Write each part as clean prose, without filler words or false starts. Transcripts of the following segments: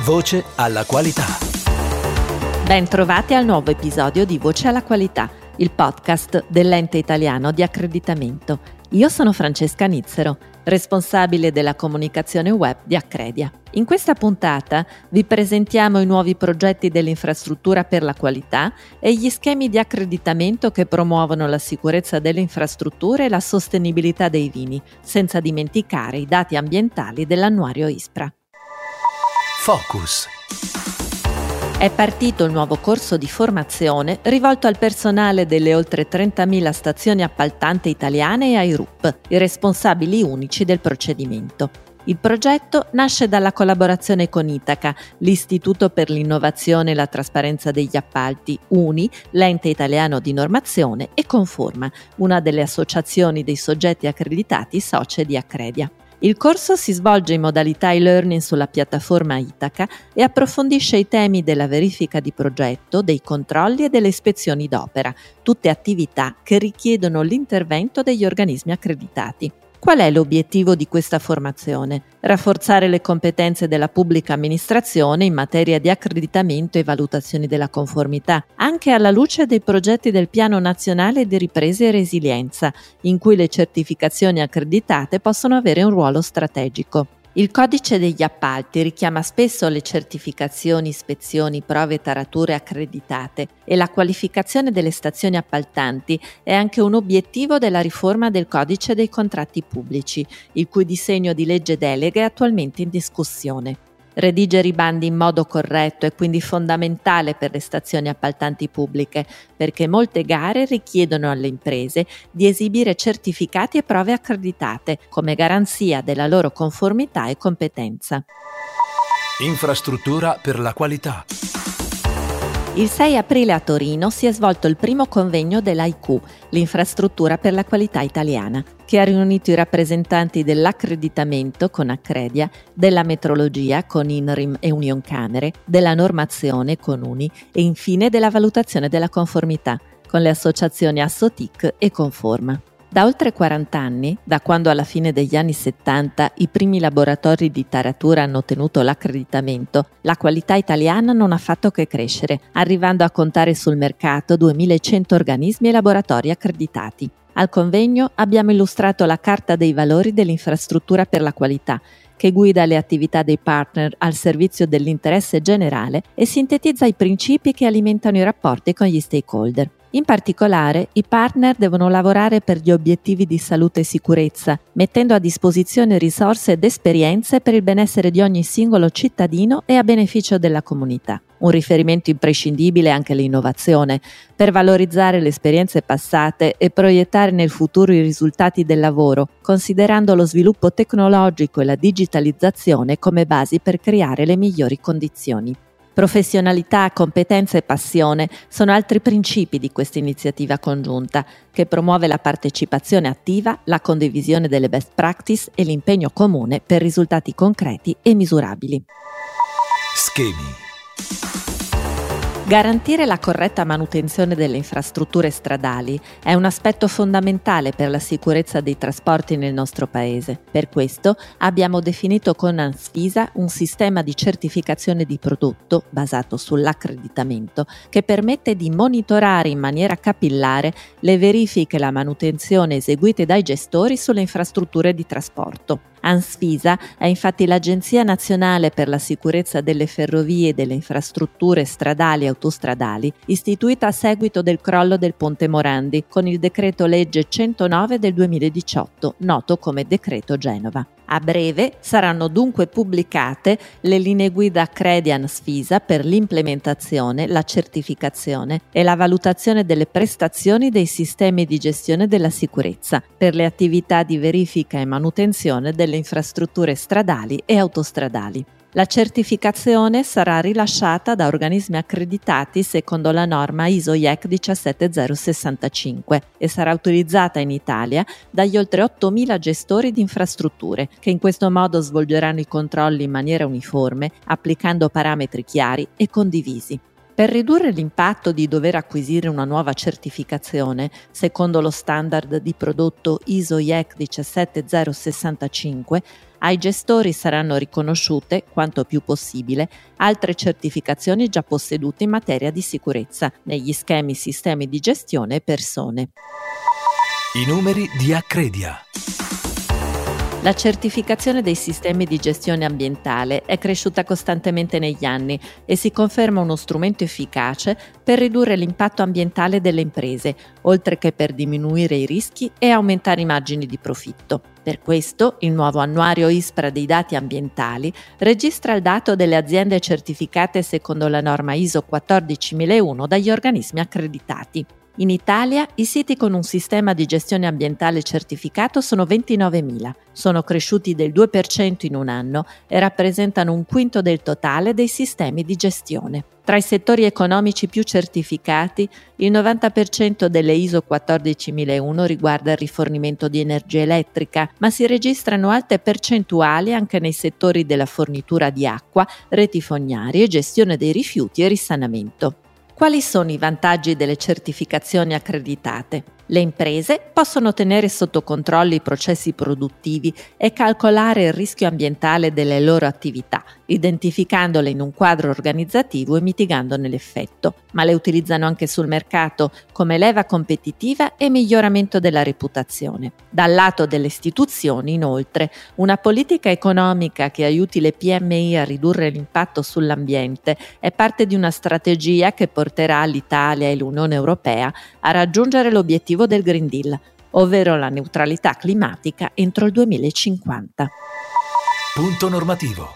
Voce alla qualità. Ben trovati al nuovo episodio di Voce alla qualità, il podcast dell'ente italiano di accreditamento. Io sono Francesca Nizzero, responsabile della comunicazione web di Accredia. In questa puntata vi presentiamo i nuovi progetti dell'infrastruttura per la qualità e gli schemi di accreditamento che promuovono la sicurezza delle infrastrutture e la sostenibilità dei vini, senza dimenticare i dati ambientali dell'annuario ISPRA. Focus. È partito il nuovo corso di formazione rivolto al personale delle oltre 30.000 stazioni appaltanti italiane e ai RUP, i responsabili unici del procedimento. Il progetto nasce dalla collaborazione con Itaca, l'Istituto per l'Innovazione e la Trasparenza degli Appalti, UNI, l'ente italiano di normazione, e Conforma, una delle associazioni dei soggetti accreditati socie di Accredia. Il corso si svolge in modalità e-learning sulla piattaforma Itaca e approfondisce i temi della verifica di progetto, dei controlli e delle ispezioni d'opera, tutte attività che richiedono l'intervento degli organismi accreditati. Qual è l'obiettivo di questa formazione? Rafforzare le competenze della pubblica amministrazione in materia di accreditamento e valutazioni della conformità, anche alla luce dei progetti del Piano Nazionale di Ripresa e Resilienza, in cui le certificazioni accreditate possono avere un ruolo strategico. Il codice degli appalti richiama spesso le certificazioni, ispezioni, prove e tarature accreditate e la qualificazione delle stazioni appaltanti è anche un obiettivo della riforma del codice dei contratti pubblici, il cui disegno di legge delega è attualmente in discussione. Redigere i bandi in modo corretto è quindi fondamentale per le stazioni appaltanti pubbliche, perché molte gare richiedono alle imprese di esibire certificati e prove accreditate come garanzia della loro conformità e competenza. Infrastruttura per la qualità. Il 6 aprile a Torino si è svolto il primo convegno dell'AIQ, l'Infrastruttura per la Qualità Italiana, che ha riunito i rappresentanti dell'accreditamento con Accredia, della metrologia con INRIM e Unioncamere, della normazione con UNI e infine della valutazione della conformità con le associazioni Assotic e Conforma. Da oltre 40 anni, da quando alla fine degli anni 70 i primi laboratori di taratura hanno ottenuto l'accreditamento, la qualità italiana non ha fatto che crescere, arrivando a contare sul mercato 2100 organismi e laboratori accreditati. Al convegno abbiamo illustrato la Carta dei valori dell'infrastruttura per la qualità, che guida le attività dei partner al servizio dell'interesse generale e sintetizza i principi che alimentano i rapporti con gli stakeholder. In particolare, i partner devono lavorare per gli obiettivi di salute e sicurezza, mettendo a disposizione risorse ed esperienze per il benessere di ogni singolo cittadino e a beneficio della comunità. Un riferimento imprescindibile è anche l'innovazione, per valorizzare le esperienze passate e proiettare nel futuro i risultati del lavoro, considerando lo sviluppo tecnologico e la digitalizzazione come basi per creare le migliori condizioni. Professionalità, competenza e passione sono altri principi di questa iniziativa congiunta che promuove la partecipazione attiva, la condivisione delle best practice e l'impegno comune per risultati concreti e misurabili. Schemi. Garantire la corretta manutenzione delle infrastrutture stradali è un aspetto fondamentale per la sicurezza dei trasporti nel nostro paese. Per questo abbiamo definito con Ansvisa un sistema di certificazione di prodotto basato sull'accreditamento che permette di monitorare in maniera capillare le verifiche e la manutenzione eseguite dai gestori sulle infrastrutture di trasporto. Ansvisa è infatti l'Agenzia Nazionale per la Sicurezza delle Ferrovie e delle Infrastrutture Stradali e Autostradali, istituita a seguito del crollo del Ponte Morandi con il decreto legge 109 del 2018, noto come Decreto Genova. A breve saranno dunque pubblicate le linee guida Accredia Ansvisa per l'implementazione, la certificazione e la valutazione delle prestazioni dei sistemi di gestione della sicurezza per le attività di verifica e manutenzione delle infrastrutture stradali e autostradali. La certificazione sarà rilasciata da organismi accreditati secondo la norma ISO/IEC 17065 e sarà utilizzata in Italia dagli oltre 8.000 gestori di infrastrutture, che in questo modo svolgeranno i controlli in maniera uniforme, applicando parametri chiari e condivisi. Per ridurre l'impatto di dover acquisire una nuova certificazione, secondo lo standard di prodotto ISO/IEC 17065, ai gestori saranno riconosciute, quanto più possibile, altre certificazioni già possedute in materia di sicurezza, negli schemi sistemi di gestione e persone. I numeri di Accredia. La certificazione dei sistemi di gestione ambientale è cresciuta costantemente negli anni e si conferma uno strumento efficace per ridurre l'impatto ambientale delle imprese, oltre che per diminuire i rischi e aumentare i margini di profitto. Per questo, il nuovo annuario ISPRA dei dati ambientali registra il dato delle aziende certificate secondo la norma ISO 14001 dagli organismi accreditati. In Italia i siti con un sistema di gestione ambientale certificato sono 29.000, sono cresciuti del 2% in un anno e rappresentano un quinto del totale dei sistemi di gestione. Tra i settori economici più certificati, il 90% delle ISO 14001 riguarda il rifornimento di energia elettrica, ma si registrano alte percentuali anche nei settori della fornitura di acqua, reti fognarie, gestione dei rifiuti e risanamento. Quali sono i vantaggi delle certificazioni accreditate? Le imprese possono tenere sotto controllo i processi produttivi e calcolare il rischio ambientale delle loro attività, identificandole in un quadro organizzativo e mitigandone l'effetto, ma le utilizzano anche sul mercato come leva competitiva e miglioramento della reputazione. Dal lato delle istituzioni, inoltre, una politica economica che aiuti le PMI a ridurre l'impatto sull'ambiente è parte di una strategia che porterà l'Italia e l'Unione Europea a raggiungere l'obiettivo del Green Deal, ovvero la neutralità climatica entro il 2050. Punto normativo.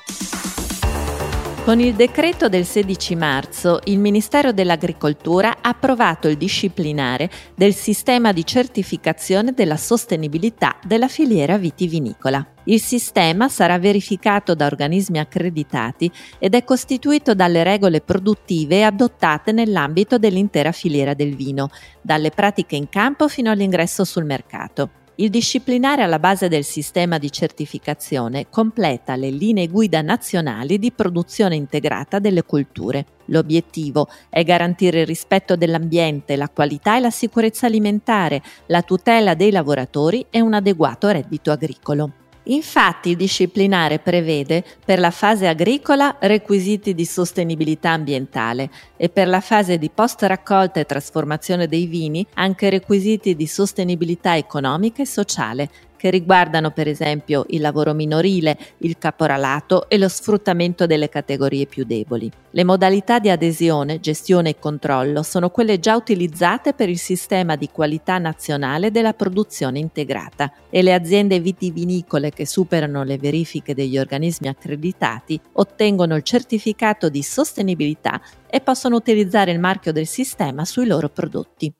Con il decreto del 16 marzo, il Ministero dell'Agricoltura ha approvato il disciplinare del sistema di certificazione della sostenibilità della filiera vitivinicola. Il sistema sarà verificato da organismi accreditati ed è costituito dalle regole produttive adottate nell'ambito dell'intera filiera del vino, dalle pratiche in campo fino all'ingresso sul mercato. Il disciplinare alla base del sistema di certificazione completa le linee guida nazionali di produzione integrata delle colture. L'obiettivo è garantire il rispetto dell'ambiente, la qualità e la sicurezza alimentare, la tutela dei lavoratori e un adeguato reddito agricolo. Infatti il disciplinare prevede per la fase agricola requisiti di sostenibilità ambientale e per la fase di post-raccolta e trasformazione dei vini anche requisiti di sostenibilità economica e sociale che riguardano per esempio il lavoro minorile, il caporalato e lo sfruttamento delle categorie più deboli. Le modalità di adesione, gestione e controllo sono quelle già utilizzate per il sistema di qualità nazionale della produzione integrata e le aziende vitivinicole che superano le verifiche degli organismi accreditati ottengono il certificato di sostenibilità e possono utilizzare il marchio del sistema sui loro prodotti.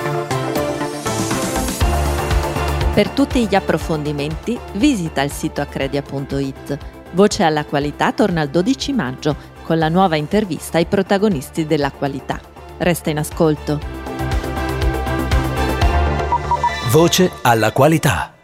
Per tutti gli approfondimenti visita il sito accredia.it. Voce alla qualità torna il 12 maggio con la nuova intervista ai protagonisti della qualità. Resta in ascolto. Voce alla qualità.